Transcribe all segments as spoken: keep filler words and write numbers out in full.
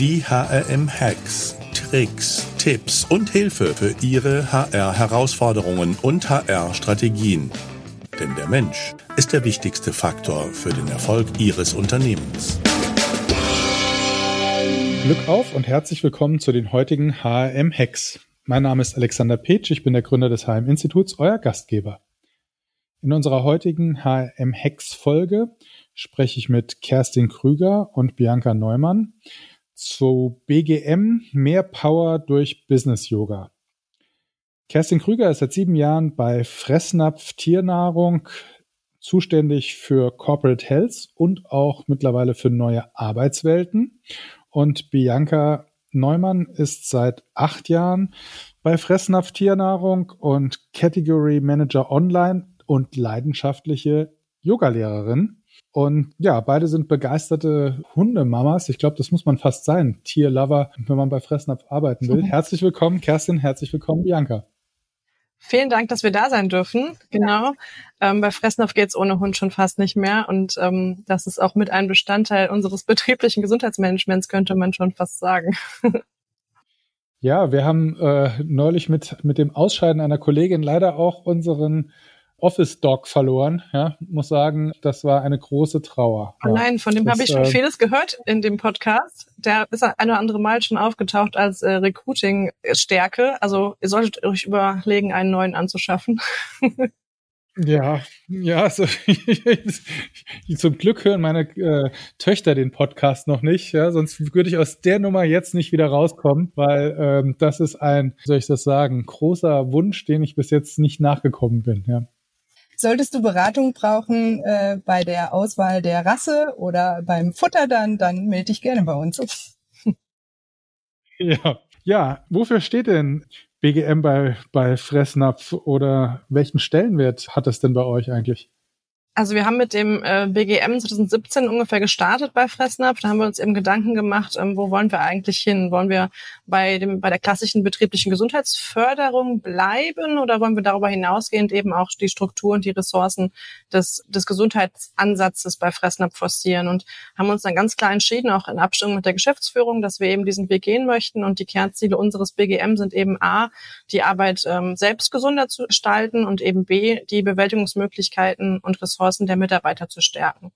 Die H R M-Hacks, Tricks, Tipps und Hilfe für Ihre H R-Herausforderungen und H R-Strategien. Denn der Mensch ist der wichtigste Faktor für den Erfolg Ihres Unternehmens. Glück auf und herzlich willkommen zu den heutigen H R M-Hacks. Mein Name ist Alexander Petsch, ich bin der Gründer des H R M-Instituts, euer Gastgeber. In unserer heutigen H R M-Hacks-Folge spreche ich mit Kerstin Krüger und Bianca Neumann zu B G M, mehr Power durch Business Yoga. Kerstin Krüger ist seit sieben Jahren bei Fressnapf Tiernahrung zuständig für Corporate Health und auch mittlerweile für neue Arbeitswelten. Und Bianca Neumann ist seit acht Jahren bei Fressnapf Tiernahrung und Category Manager Online und leidenschaftliche Yogalehrerin. Und ja, beide sind begeisterte Hundemamas. Ich glaube, das muss man fast sein. Tierlover, wenn man bei Fressnapf arbeiten will. Herzlich willkommen, Kerstin. Herzlich willkommen, Bianca. Vielen Dank, dass wir da sein dürfen. Genau. Ähm, bei Fressnapf geht's ohne Hund schon fast nicht mehr. Und ähm, das ist auch mit ein Bestandteil unseres betrieblichen Gesundheitsmanagements, könnte man schon fast sagen. Ja, wir haben äh, neulich mit mit dem Ausscheiden einer Kollegin leider auch unseren Office Dog verloren. Ja, muss sagen, das war eine große Trauer. Oh nein, von dem das, habe ich schon äh, vieles gehört in dem Podcast. Der ist ein oder andere Mal schon aufgetaucht als äh, Recruiting-Stärke. Also ihr solltet euch überlegen, einen neuen anzuschaffen. Ja, ja, also, zum Glück hören meine äh, Töchter den Podcast noch nicht, ja, sonst würde ich aus der Nummer jetzt nicht wieder rauskommen, weil ähm, das ist ein, wie soll ich das sagen, großer Wunsch, den ich bis jetzt nicht nachgekommen bin, ja. Solltest du Beratung brauchen äh, bei der Auswahl der Rasse oder beim Futter, dann, dann melde dich gerne bei uns. Ja, ja, wofür steht denn B G M bei, bei Fressnapf oder welchen Stellenwert hat es denn bei euch eigentlich? Also wir haben mit dem äh, B G M zwanzig siebzehn ungefähr gestartet bei Fressnapf. Da haben wir uns eben Gedanken gemacht, ähm, wo wollen wir eigentlich hin? Wollen wir bei dem bei der klassischen betrieblichen Gesundheitsförderung bleiben oder wollen wir darüber hinausgehend eben auch die Struktur und die Ressourcen des des Gesundheitsansatzes bei Fressnapf forcieren und haben uns dann ganz klar entschieden, auch in Abstimmung mit der Geschäftsführung, dass wir eben diesen Weg gehen möchten und die Kernziele unseres B G M sind eben A, die Arbeit ähm, selbst gesunder zu gestalten und eben B, die Bewältigungsmöglichkeiten und Ressourcen der Mitarbeiter zu stärken.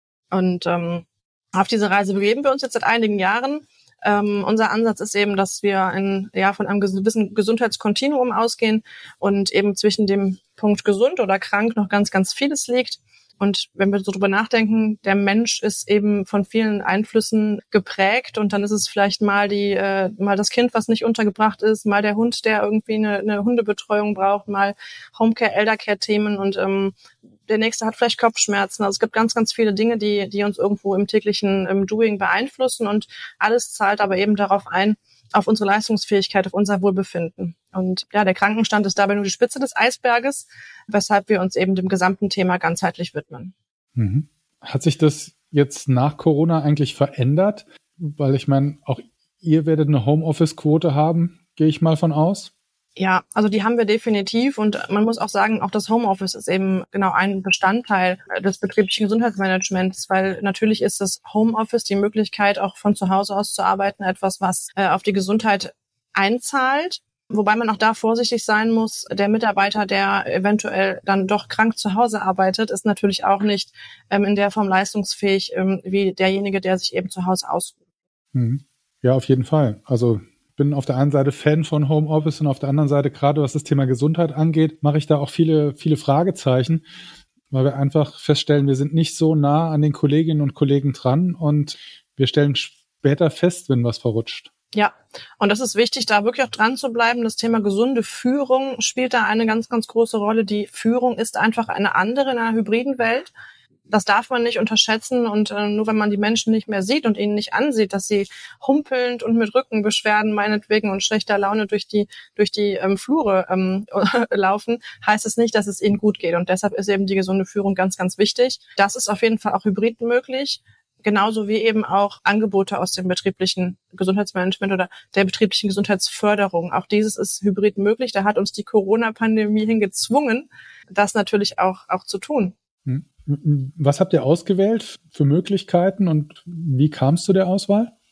Und ähm, auf diese Reise begeben wir uns jetzt seit einigen Jahren. Ähm, unser Ansatz ist eben, dass wir ein, ja, von einem gewissen Gesundheitskontinuum ausgehen und eben zwischen dem Punkt gesund oder krank noch ganz, ganz vieles liegt. Und wenn wir so drüber nachdenken, der Mensch ist eben von vielen Einflüssen geprägt und dann ist es vielleicht mal die äh, mal das Kind, was nicht untergebracht ist, mal der Hund, der irgendwie eine, eine Hundebetreuung braucht, mal Homecare, Eldercare-Themen und ähm, der nächste hat vielleicht Kopfschmerzen. Also es gibt ganz, ganz viele Dinge, die die uns irgendwo im täglichen im Doing beeinflussen und alles zahlt aber eben darauf ein, auf unsere Leistungsfähigkeit, auf unser Wohlbefinden. Und ja, der Krankenstand ist dabei nur die Spitze des Eisberges, weshalb wir uns eben dem gesamten Thema ganzheitlich widmen. Mhm. Hat sich das jetzt nach Corona eigentlich verändert? Weil ich meine, auch ihr werdet eine Homeoffice-Quote haben, gehe ich mal von aus. Ja, also die haben wir definitiv und man muss auch sagen, auch das Homeoffice ist eben genau ein Bestandteil des betrieblichen Gesundheitsmanagements, weil natürlich ist das Homeoffice, die Möglichkeit auch von zu Hause aus zu arbeiten, etwas, was äh, auf die Gesundheit einzahlt. Wobei man auch da vorsichtig sein muss, der Mitarbeiter, der eventuell dann doch krank zu Hause arbeitet, ist natürlich auch nicht ähm, in der Form leistungsfähig ähm, wie derjenige, der sich eben zu Hause ausruht. Mhm. Ja, auf jeden Fall. Also bin auf der einen Seite Fan von Homeoffice und auf der anderen Seite, gerade was das Thema Gesundheit angeht, mache ich da auch viele, viele Fragezeichen, weil wir einfach feststellen, wir sind nicht so nah an den Kolleginnen und Kollegen dran und wir stellen später fest, wenn was verrutscht. Ja, und das ist wichtig, da wirklich auch dran zu bleiben. Das Thema gesunde Führung spielt da eine ganz, ganz große Rolle. Die Führung ist einfach eine andere in einer hybriden Welt. Das darf man nicht unterschätzen und äh, nur wenn man die Menschen nicht mehr sieht und ihnen nicht ansieht, dass sie humpelnd und mit Rückenbeschwerden meinetwegen und schlechter Laune durch die durch die ähm, Flure ähm, laufen, heißt es nicht, dass es ihnen gut geht. Und deshalb ist eben die gesunde Führung ganz, ganz wichtig. Das ist auf jeden Fall auch hybrid möglich. Genauso wie eben auch Angebote aus dem betrieblichen Gesundheitsmanagement oder der betrieblichen Gesundheitsförderung. Auch dieses ist hybrid möglich. Da hat uns die Corona-Pandemie hingezwungen, das natürlich auch auch zu tun. Was habt ihr ausgewählt für Möglichkeiten und wie kam es zu der Auswahl?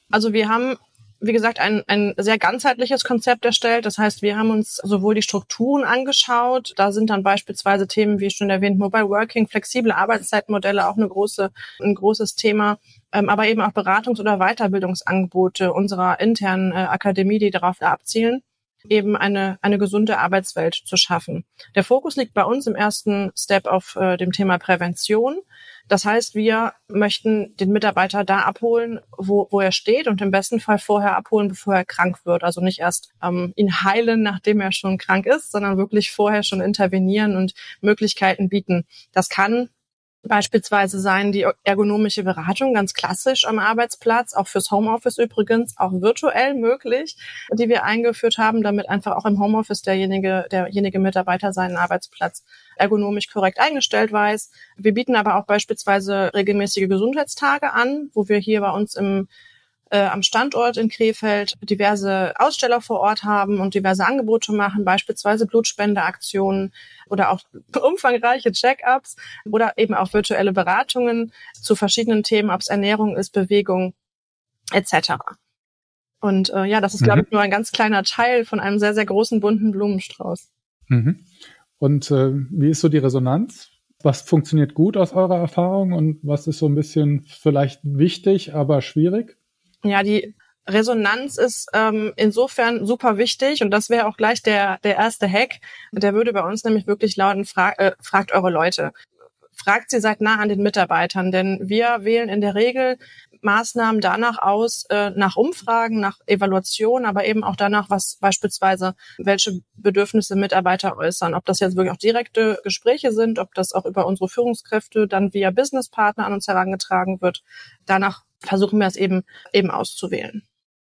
Also wir haben, wie gesagt, ein, ein sehr ganzheitliches Konzept erstellt. Das heißt, wir haben uns sowohl die Strukturen angeschaut, da sind dann beispielsweise Themen, wie schon erwähnt, Mobile Working, flexible Arbeitszeitmodelle auch eine große, ein großes Thema, ähm, aber eben auch Beratungs- oder Weiterbildungsangebote unserer internen äh, Akademie, die darauf abzielen, eben eine eine gesunde Arbeitswelt zu schaffen. Der Fokus liegt bei uns im ersten Step auf äh, dem Thema Prävention. Das heißt, wir möchten den Mitarbeiter da abholen, wo, wo er steht und im besten Fall vorher abholen, bevor er krank wird. Also nicht erst ähm, ihn heilen, nachdem er schon krank ist, sondern wirklich vorher schon intervenieren und Möglichkeiten bieten. Das kann beispielsweise sein die ergonomische Beratung, ganz klassisch am Arbeitsplatz, auch fürs Homeoffice übrigens, auch virtuell möglich, die wir eingeführt haben, damit einfach auch im Homeoffice derjenige, derjenige Mitarbeiter seinen Arbeitsplatz ergonomisch korrekt eingestellt weiß. Wir bieten aber auch beispielsweise regelmäßige Gesundheitstage an, wo wir hier bei uns im Äh, am Standort in Krefeld diverse Aussteller vor Ort haben und diverse Angebote machen, beispielsweise Blutspendeaktionen oder auch umfangreiche Check-ups oder eben auch virtuelle Beratungen zu verschiedenen Themen, ob es Ernährung ist, Bewegung et cetera. Und äh, ja, das ist, mhm. glaube ich, nur ein ganz kleiner Teil von einem sehr, sehr großen, bunten Blumenstrauß. Mhm. Und äh, wie ist so die Resonanz? Was funktioniert gut aus eurer Erfahrung und was ist so ein bisschen vielleicht wichtig, aber schwierig? Ja, die Resonanz ist ähm, insofern super wichtig und das wäre auch gleich der der erste Hack. Der würde bei uns nämlich wirklich lauten, fra- äh, fragt eure Leute. Fragt sie, seid nah an den Mitarbeitern, denn wir wählen in der Regel Maßnahmen danach aus, äh, nach Umfragen, nach Evaluation, aber eben auch danach, was beispielsweise, welche Bedürfnisse Mitarbeiter äußern. Ob das jetzt wirklich auch direkte Gespräche sind, ob das auch über unsere Führungskräfte dann via Businesspartner an uns herangetragen wird. Danach versuchen wir es eben, eben auszuwählen.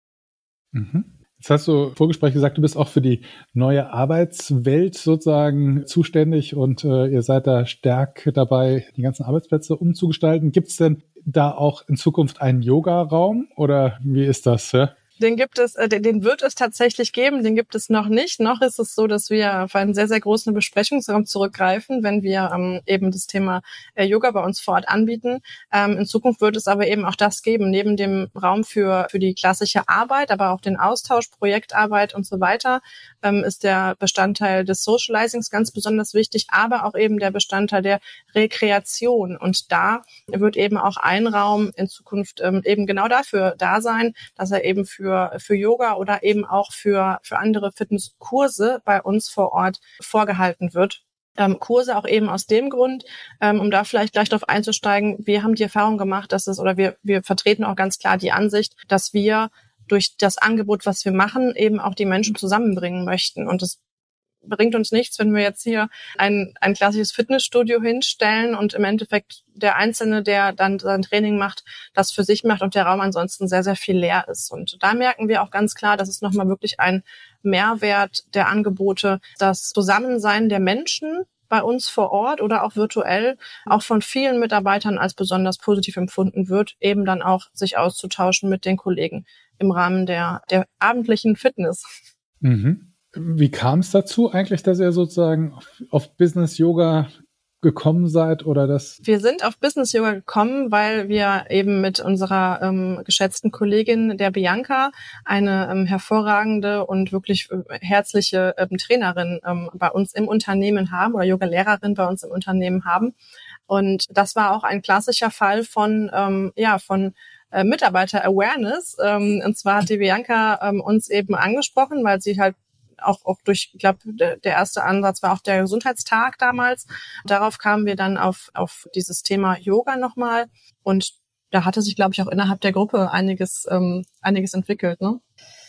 Mhm. Jetzt hast du im Vorgespräch gesagt, du bist auch für die neue Arbeitswelt sozusagen zuständig und äh, ihr seid da stark dabei, die ganzen Arbeitsplätze umzugestalten. Gibt es denn da auch in Zukunft einen Yoga-Raum oder wie ist das? Ja? Den gibt es, äh, den, den wird es tatsächlich geben, den gibt es noch nicht. Noch ist es so, dass wir auf einen sehr, sehr großen Besprechungsraum zurückgreifen, wenn wir ähm, eben das Thema äh, Yoga bei uns vor Ort anbieten. Ähm, in Zukunft wird es aber eben auch das geben, neben dem Raum für für die klassische Arbeit, aber auch den Austausch, Projektarbeit und so weiter, ähm, ist der Bestandteil des Socializings ganz besonders wichtig, aber auch eben der Bestandteil der Rekreation. Und da wird eben auch ein Raum in Zukunft ähm, eben genau dafür da sein, dass er eben für für Yoga oder eben auch für für andere Fitnesskurse bei uns vor Ort vorgehalten wird. Ähm, Kurse auch eben aus dem Grund, ähm, um da vielleicht gleich drauf einzusteigen, wir haben die Erfahrung gemacht, dass es, oder wir wir vertreten auch ganz klar die Ansicht, dass wir durch das Angebot, was wir machen, eben auch die Menschen zusammenbringen möchten. Und das bringt uns nichts, wenn wir jetzt hier ein ein klassisches Fitnessstudio hinstellen und im Endeffekt der Einzelne, der dann sein Training macht, das für sich macht und der Raum ansonsten sehr, sehr viel leer ist. Und da merken wir auch ganz klar, dass es nochmal wirklich ein Mehrwert der Angebote, das Zusammensein der Menschen bei uns vor Ort oder auch virtuell auch von vielen Mitarbeitern als besonders positiv empfunden wird, eben dann auch sich auszutauschen mit den Kollegen im Rahmen der der abendlichen Fitness. Mhm. Wie kam es dazu eigentlich, dass ihr sozusagen auf, auf Business Yoga gekommen seid oder das? Wir sind auf Business Yoga gekommen, weil wir eben mit unserer ähm, geschätzten Kollegin, der Bianca, eine ähm, hervorragende und wirklich äh, herzliche ähm, Trainerin ähm, bei uns im Unternehmen haben oder Yoga-Lehrerin bei uns im Unternehmen haben. Und das war auch ein klassischer Fall von, ähm, ja, von äh, Mitarbeiter-Awareness. Ähm, und zwar hat die Bianca ähm, uns eben angesprochen, weil sie halt auch, auch durch, ich glaube, der, der erste Ansatz war auch der Gesundheitstag damals. Darauf kamen wir dann auf, auf dieses Thema Yoga nochmal. Und da hatte sich, glaube ich, auch innerhalb der Gruppe einiges, ähm, einiges entwickelt, ne?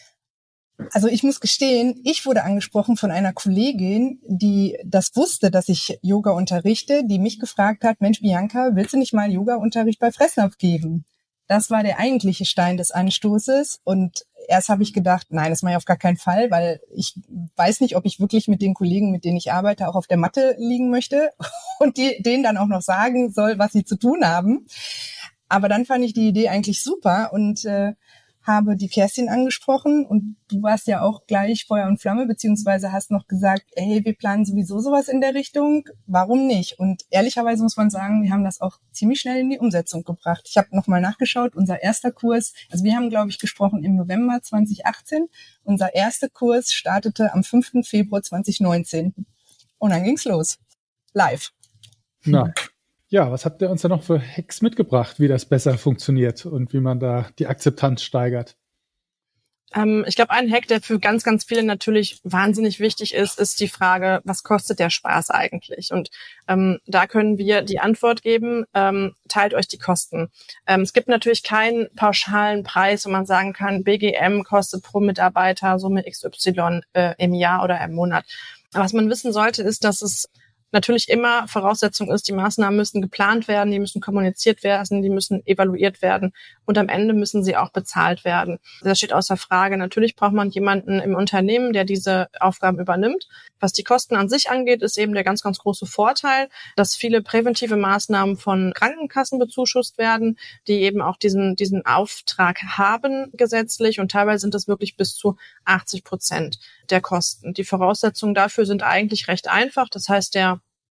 Also ich muss gestehen, ich wurde angesprochen von einer Kollegin, die das wusste, dass ich Yoga unterrichte, die mich gefragt hat, Mensch, Bianca, willst du nicht mal Yoga-Unterricht bei Fressnapf geben? Das war der eigentliche Stein des Anstoßes und erst habe ich gedacht, nein, das mache ich auf gar keinen Fall, weil ich weiß nicht, ob ich wirklich mit den Kollegen, mit denen ich arbeite, auch auf der Matte liegen möchte und die, denen dann auch noch sagen soll, was sie zu tun haben. Aber dann fand ich die Idee eigentlich super und äh, habe die Kerstin angesprochen und du warst ja auch gleich Feuer und Flamme, beziehungsweise hast noch gesagt, hey, wir planen sowieso sowas in der Richtung, warum nicht? Und ehrlicherweise muss man sagen, wir haben das auch ziemlich schnell in die Umsetzung gebracht. Ich habe nochmal nachgeschaut, unser erster Kurs, also wir haben, glaube ich, gesprochen im November zwanzig achtzehn, unser erster Kurs startete am fünften Februar zwanzig neunzehn und dann ging's los, live. Na. Ja, was habt ihr uns da noch für Hacks mitgebracht, wie das besser funktioniert und wie man da die Akzeptanz steigert? Ähm, ich glaube, ein Hack, der für ganz, ganz viele natürlich wahnsinnig wichtig ist, ist die Frage, was kostet der Spaß eigentlich? Und ähm, da können wir die Antwort geben, ähm, teilt euch die Kosten. Ähm, es gibt natürlich keinen pauschalen Preis, wo man sagen kann, B G M kostet pro Mitarbeiter Summe X Y äh, im Jahr oder im Monat. Aber was man wissen sollte, ist, dass es natürlich immer Voraussetzung ist, die Maßnahmen müssen geplant werden, die müssen kommuniziert werden, die müssen evaluiert werden und am Ende müssen sie auch bezahlt werden. Das steht außer Frage. Natürlich braucht man jemanden im Unternehmen, der diese Aufgaben übernimmt. Was die Kosten an sich angeht, ist eben der ganz, ganz große Vorteil, dass viele präventive Maßnahmen von Krankenkassen bezuschusst werden, die eben auch diesen, diesen Auftrag haben gesetzlich und teilweise sind das wirklich bis zu achtzig Prozent der Kosten. Die Voraussetzungen dafür sind eigentlich recht einfach. Das heißt, der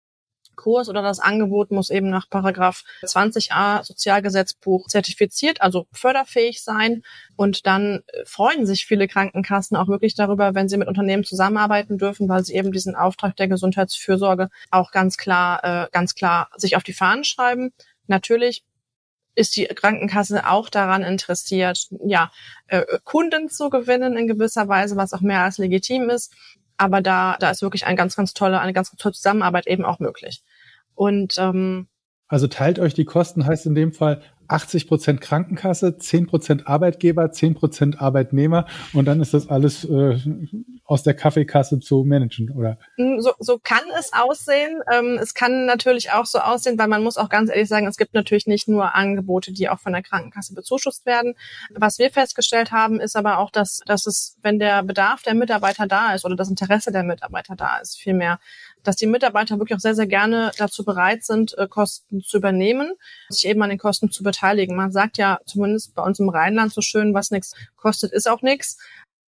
Kurs oder das Angebot muss eben nach Paragraph zwanzig a Sozialgesetzbuch zertifiziert, also förderfähig sein. Und dann freuen sich viele Krankenkassen auch wirklich darüber, wenn sie mit Unternehmen zusammenarbeiten dürfen, weil sie eben diesen Auftrag der Gesundheitsfürsorge auch ganz klar, äh, ganz klar sich auf die Fahnen schreiben. Natürlich ist die Krankenkasse auch daran interessiert, ja, äh, Kunden zu gewinnen in gewisser Weise, was auch mehr als legitim ist. Aber da, da ist wirklich eine ganz, ganz tolle, eine ganz, ganz tolle Zusammenarbeit eben auch möglich. Und ähm, also teilt euch die Kosten, heißt in dem Fall achtzig Prozent Krankenkasse, zehn Prozent Arbeitgeber, zehn Prozent Arbeitnehmer und dann ist das alles äh, aus der Kaffeekasse zu managen, oder? So, so kann es aussehen. Ähm, es kann natürlich auch so aussehen, weil man muss auch ganz ehrlich sagen, es gibt natürlich nicht nur Angebote, die auch von der Krankenkasse bezuschusst werden. Was wir festgestellt haben, ist aber auch, dass, dass es, wenn der Bedarf der Mitarbeiter da ist oder das Interesse der Mitarbeiter da ist, vielmehr, dass die Mitarbeiter wirklich auch sehr, sehr gerne dazu bereit sind, Kosten zu übernehmen, sich eben an den Kosten zu beteiligen. Man sagt ja zumindest bei uns im Rheinland so schön, was nichts kostet, ist auch nichts.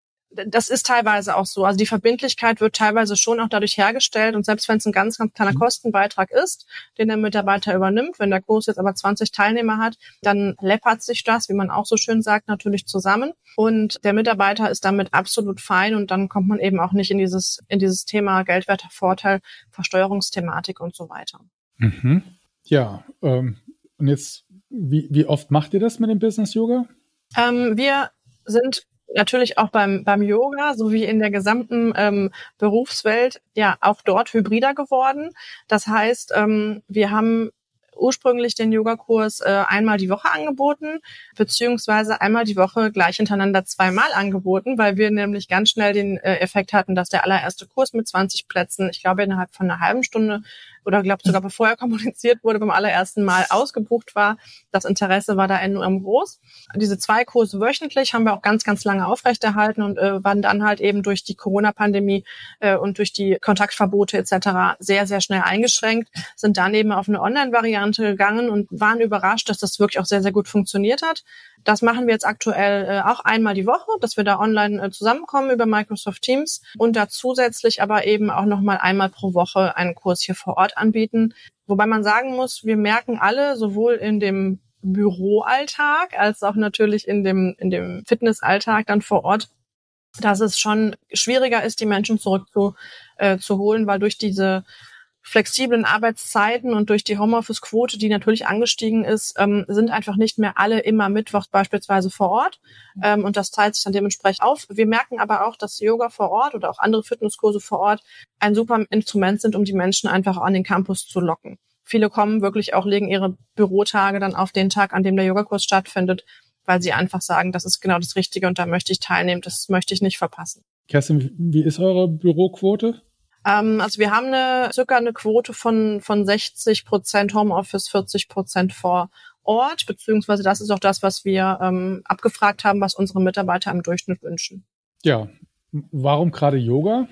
Das ist teilweise auch so. Also die Verbindlichkeit wird teilweise schon auch dadurch hergestellt. Und selbst wenn es ein ganz, ganz kleiner Kostenbeitrag ist, den der Mitarbeiter übernimmt, wenn der Kurs jetzt aber zwanzig Teilnehmer hat, dann läppert sich das, wie man auch so schön sagt, natürlich zusammen. Und der Mitarbeiter ist damit absolut fein. Und dann kommt man eben auch nicht in dieses, in dieses Thema geldwerter Vorteil, Versteuerungsthematik und so weiter. Mhm. Ja, ähm, und jetzt, wie, wie oft macht ihr das mit dem Business Yoga? Ähm, wir sind natürlich auch beim beim Yoga sowie in der gesamten ähm, Berufswelt ja auch dort hybrider geworden. Das heißt, ähm, wir haben ursprünglich den Yogakurs äh, einmal die Woche angeboten, beziehungsweise einmal die Woche gleich hintereinander zweimal angeboten, weil wir nämlich ganz schnell den äh, Effekt hatten, dass der allererste Kurs mit zwanzig Plätzen, ich glaube innerhalb von einer halben Stunde oder glaube sogar bevor er kommuniziert wurde, beim allerersten Mal ausgebucht war. Das Interesse war da enorm groß. Diese zwei Kurse wöchentlich haben wir auch ganz, ganz lange aufrechterhalten und äh, waren dann halt eben durch die Corona-Pandemie äh, und durch die Kontaktverbote et cetera sehr, sehr schnell eingeschränkt, sind dann eben auf eine Online-Variante gegangen und waren überrascht, dass das wirklich auch sehr, sehr gut funktioniert hat. Das machen wir jetzt aktuell äh, auch einmal die Woche, dass wir da online äh, zusammenkommen über Microsoft Teams und da zusätzlich aber eben auch nochmal einmal pro Woche einen Kurs hier vor Ort anbieten. Wobei man sagen muss, wir merken alle, sowohl in dem Büroalltag als auch natürlich in dem, in dem Fitnessalltag dann vor Ort, dass es schon schwieriger ist, die Menschen zurück zu, äh, zu holen, weil durch diese flexiblen Arbeitszeiten und durch die Homeoffice-Quote, die natürlich angestiegen ist, ähm, sind einfach nicht mehr alle immer mittwochs beispielsweise vor Ort. Ähm, und das teilt sich dann dementsprechend auf. Wir merken aber auch, dass Yoga vor Ort oder auch andere Fitnesskurse vor Ort ein super Instrument sind, um die Menschen einfach an den Campus zu locken. Viele kommen wirklich auch, legen ihre Bürotage dann auf den Tag, an dem der Yogakurs stattfindet, weil sie einfach sagen, das ist genau das Richtige und da möchte ich teilnehmen, das möchte ich nicht verpassen. Kerstin, wie ist eure Büroquote? Ähm, also wir haben eine circa eine Quote von von sechzig Prozent Homeoffice, vierzig Prozent vor Ort, beziehungsweise das ist auch das, was wir ähm, abgefragt haben, was unsere Mitarbeiter im Durchschnitt wünschen. Ja, warum gerade Yoga?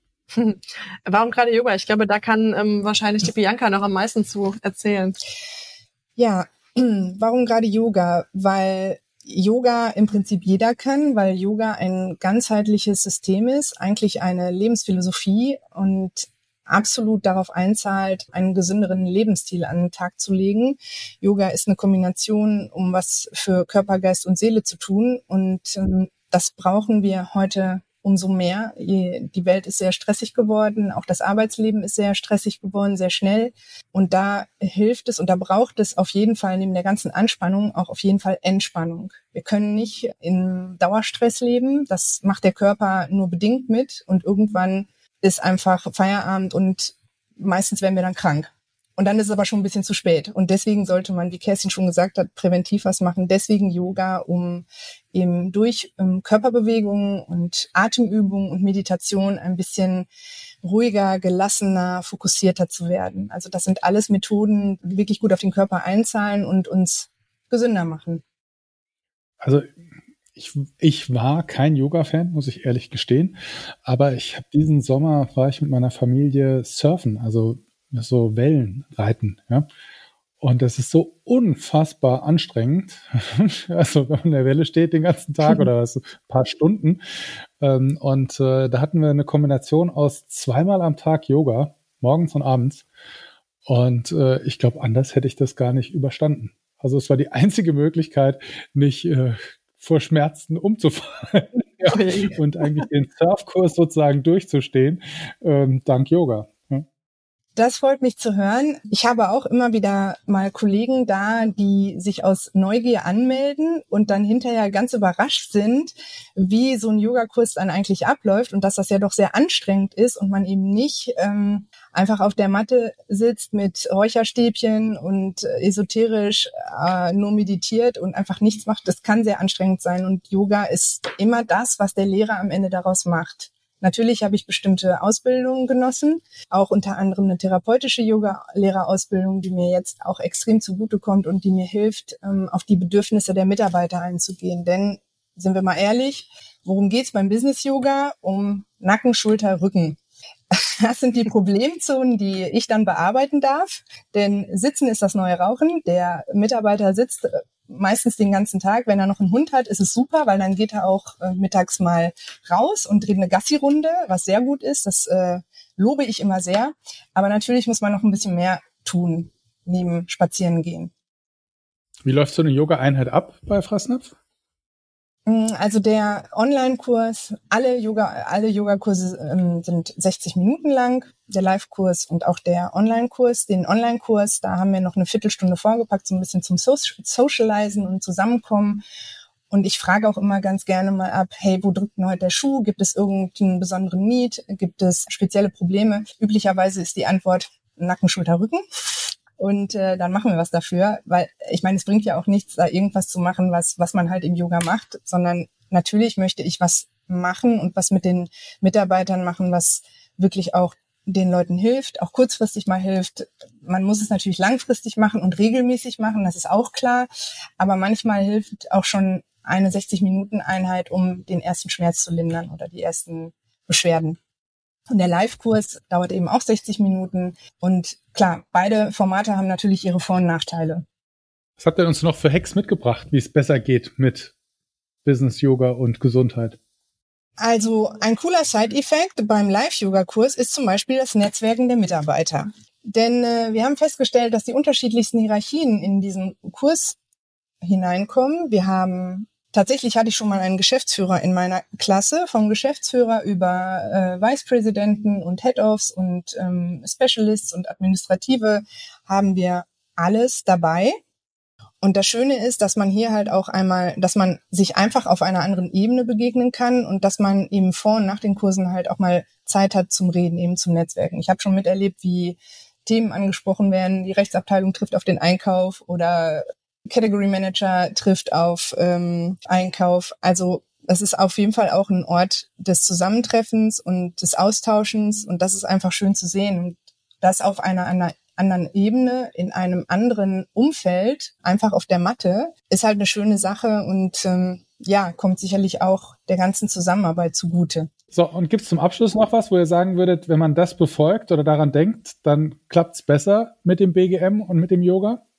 Warum gerade Yoga? Ich glaube, da kann ähm, wahrscheinlich die Bianca noch am meisten zu erzählen. Ja, warum gerade Yoga? Weil Yoga im Prinzip jeder kann, weil Yoga ein ganzheitliches System ist, eigentlich eine Lebensphilosophie und absolut darauf einzahlt, einen gesünderen Lebensstil an den Tag zu legen. Yoga ist eine Kombination, um was für Körper, Geist und Seele zu tun. Und ähm, das brauchen wir heute umso mehr. Die Welt ist sehr stressig geworden, auch das Arbeitsleben ist sehr stressig geworden, sehr schnell. Und da hilft es und da braucht es auf jeden Fall neben der ganzen Anspannung auch auf jeden Fall Entspannung. Wir können nicht in Dauerstress leben. Das macht der Körper nur bedingt mit und irgendwann ist einfach Feierabend und meistens werden wir dann krank. Und dann ist es aber schon ein bisschen zu spät. Und deswegen sollte man, wie Kerstin schon gesagt hat, präventiv was machen. Deswegen Yoga, um eben durch ähm, Körperbewegungen und Atemübungen und Meditation ein bisschen ruhiger, gelassener, fokussierter zu werden. Also das sind alles Methoden, die wirklich gut auf den Körper einzahlen und uns gesünder machen. Also ich, ich war kein Yoga-Fan, muss ich ehrlich gestehen. Aber ich habe diesen Sommer, war ich mit meiner Familie surfen, also so Wellen reiten, ja. Und das ist so unfassbar anstrengend. Also wenn man in der Welle steht den ganzen Tag oder so ein paar Stunden. Und äh, da hatten wir eine Kombination aus zweimal am Tag Yoga, morgens und abends. Und äh, ich glaube, anders hätte ich das gar nicht überstanden. Also es war die einzige Möglichkeit, nicht äh, vor Schmerzen umzufallen ja, und eigentlich den Surfkurs sozusagen durchzustehen, ähm, dank Yoga. Ja. Das freut mich zu hören. Ich habe auch immer wieder mal Kollegen da, die sich aus Neugier anmelden und dann hinterher ganz überrascht sind, wie so ein Yogakurs dann eigentlich abläuft und dass das ja doch sehr anstrengend ist und man eben nicht ähm, einfach auf der Matte sitzt mit Räucherstäbchen und esoterisch äh, nur meditiert und einfach nichts macht. Das kann sehr anstrengend sein und Yoga ist immer das, was der Lehrer am Ende daraus macht. Natürlich habe ich bestimmte Ausbildungen genossen, auch unter anderem eine therapeutische Yoga-Lehrerausbildung, die mir jetzt auch extrem zugutekommt und die mir hilft, auf die Bedürfnisse der Mitarbeiter einzugehen. Denn, sind wir mal ehrlich, worum geht's beim Business-Yoga? Um Nacken, Schulter, Rücken. Das sind die Problemzonen, die ich dann bearbeiten darf. Denn Sitzen ist das neue Rauchen. Der Mitarbeiter sitzt meistens den ganzen Tag. Wenn er noch einen Hund hat, ist es super, weil dann geht er auch äh, mittags mal raus und dreht eine Gassi-Runde, was sehr gut ist. Das äh, lobe ich immer sehr. Aber natürlich muss man noch ein bisschen mehr tun, neben Spazieren gehen. Wie läuft so eine Yoga-Einheit ab bei Fressnapf? Also der Online-Kurs, alle Yoga, alle Yogakurse ähm, sind sechzig Minuten lang, der Live-Kurs und auch der Online-Kurs. Den Online-Kurs, da haben wir noch eine Viertelstunde vorgepackt, so ein bisschen zum so- Socializen und Zusammenkommen. Und ich frage auch immer ganz gerne mal ab, hey, wo drückt denn heute der Schuh? Gibt es irgendeinen besonderen Need? Gibt es spezielle Probleme? Üblicherweise ist die Antwort Nacken, Schulter, Rücken. Und äh, dann machen wir was dafür, weil ich meine, es bringt ja auch nichts, da irgendwas zu machen, was was man halt im Yoga macht, sondern natürlich möchte ich was machen und was mit den Mitarbeitern machen, was wirklich auch den Leuten hilft, auch kurzfristig mal hilft. Man muss es natürlich langfristig machen und regelmäßig machen, das ist auch klar, aber manchmal hilft auch schon eine sechzig-Minuten-Einheit, um den ersten Schmerz zu lindern oder die ersten Beschwerden. Und der Live-Kurs dauert eben auch sechzig Minuten. Und klar, beide Formate haben natürlich ihre Vor- und Nachteile. Was habt ihr uns noch für Hacks mitgebracht, wie es besser geht mit Business Yoga und Gesundheit? Also ein cooler Side-Effekt beim Live-Yoga-Kurs ist zum Beispiel das Netzwerken der Mitarbeiter. Denn äh, wir haben festgestellt, dass die unterschiedlichsten Hierarchien in diesen Kurs hineinkommen. Wir haben Tatsächlich hatte ich schon mal einen Geschäftsführer in meiner Klasse, vom Geschäftsführer über äh, Vicepräsidenten und Head-Offs und ähm, Specialists und Administrative haben wir alles dabei. Und das Schöne ist, dass man hier halt auch einmal, dass man sich einfach auf einer anderen Ebene begegnen kann und dass man eben vor und nach den Kursen halt auch mal Zeit hat zum Reden, eben zum Netzwerken. Ich habe schon miterlebt, wie Themen angesprochen werden, die Rechtsabteilung trifft auf den Einkauf oder Category Manager trifft auf ähm, Einkauf. Also es ist auf jeden Fall auch ein Ort des Zusammentreffens und des Austauschens und das ist einfach schön zu sehen. Und das auf einer, einer anderen Ebene, in einem anderen Umfeld, einfach auf der Matte, ist halt eine schöne Sache und ähm, ja, kommt sicherlich auch der ganzen Zusammenarbeit zugute. So, und gibt es zum Abschluss noch was, wo ihr sagen würdet, wenn man das befolgt oder daran denkt, dann klappt es besser mit dem B G M und mit dem Yoga?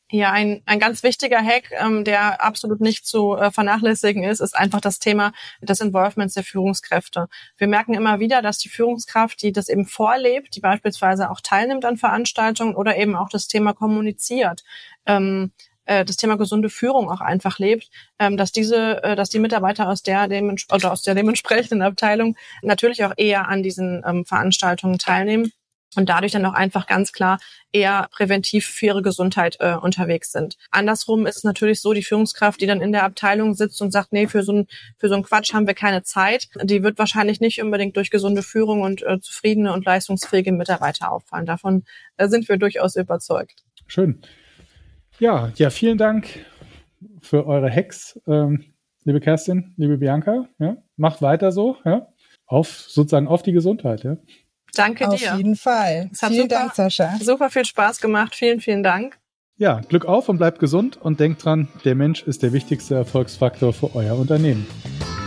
Ja, ein, ein ganz wichtiger Hack, ähm, der absolut nicht zu äh, vernachlässigen ist, ist einfach das Thema des Involvements der Führungskräfte. Wir merken immer wieder, dass die Führungskraft, die das eben vorlebt, die beispielsweise auch teilnimmt an Veranstaltungen oder eben auch das Thema kommuniziert, ähm, äh, das Thema gesunde Führung auch einfach lebt, ähm, dass diese, äh, dass die Mitarbeiter aus der dements- oder aus der dementsprechenden Abteilung natürlich auch eher an diesen ähm, Veranstaltungen teilnehmen. Und dadurch dann auch einfach ganz klar eher präventiv für ihre Gesundheit äh, unterwegs sind. Andersrum ist es natürlich so, die Führungskraft, die dann in der Abteilung sitzt und sagt, nee, für so ein für so einen Quatsch haben wir keine Zeit, die wird wahrscheinlich nicht unbedingt durch gesunde Führung und äh, zufriedene und leistungsfähige Mitarbeiter auffallen. Davon äh, sind wir durchaus überzeugt. Schön. Ja, ja, vielen Dank für eure Hacks, ähm, liebe Kerstin, liebe Bianca. Ja, macht weiter so, ja, auf sozusagen auf die Gesundheit, ja. Danke Auf dir. Auf jeden Fall. Es hat vielen super, Dank, Sascha. Super viel Spaß gemacht. Vielen, vielen Dank. Ja, Glück auf und bleibt gesund und denkt dran, der Mensch ist der wichtigste Erfolgsfaktor für euer Unternehmen.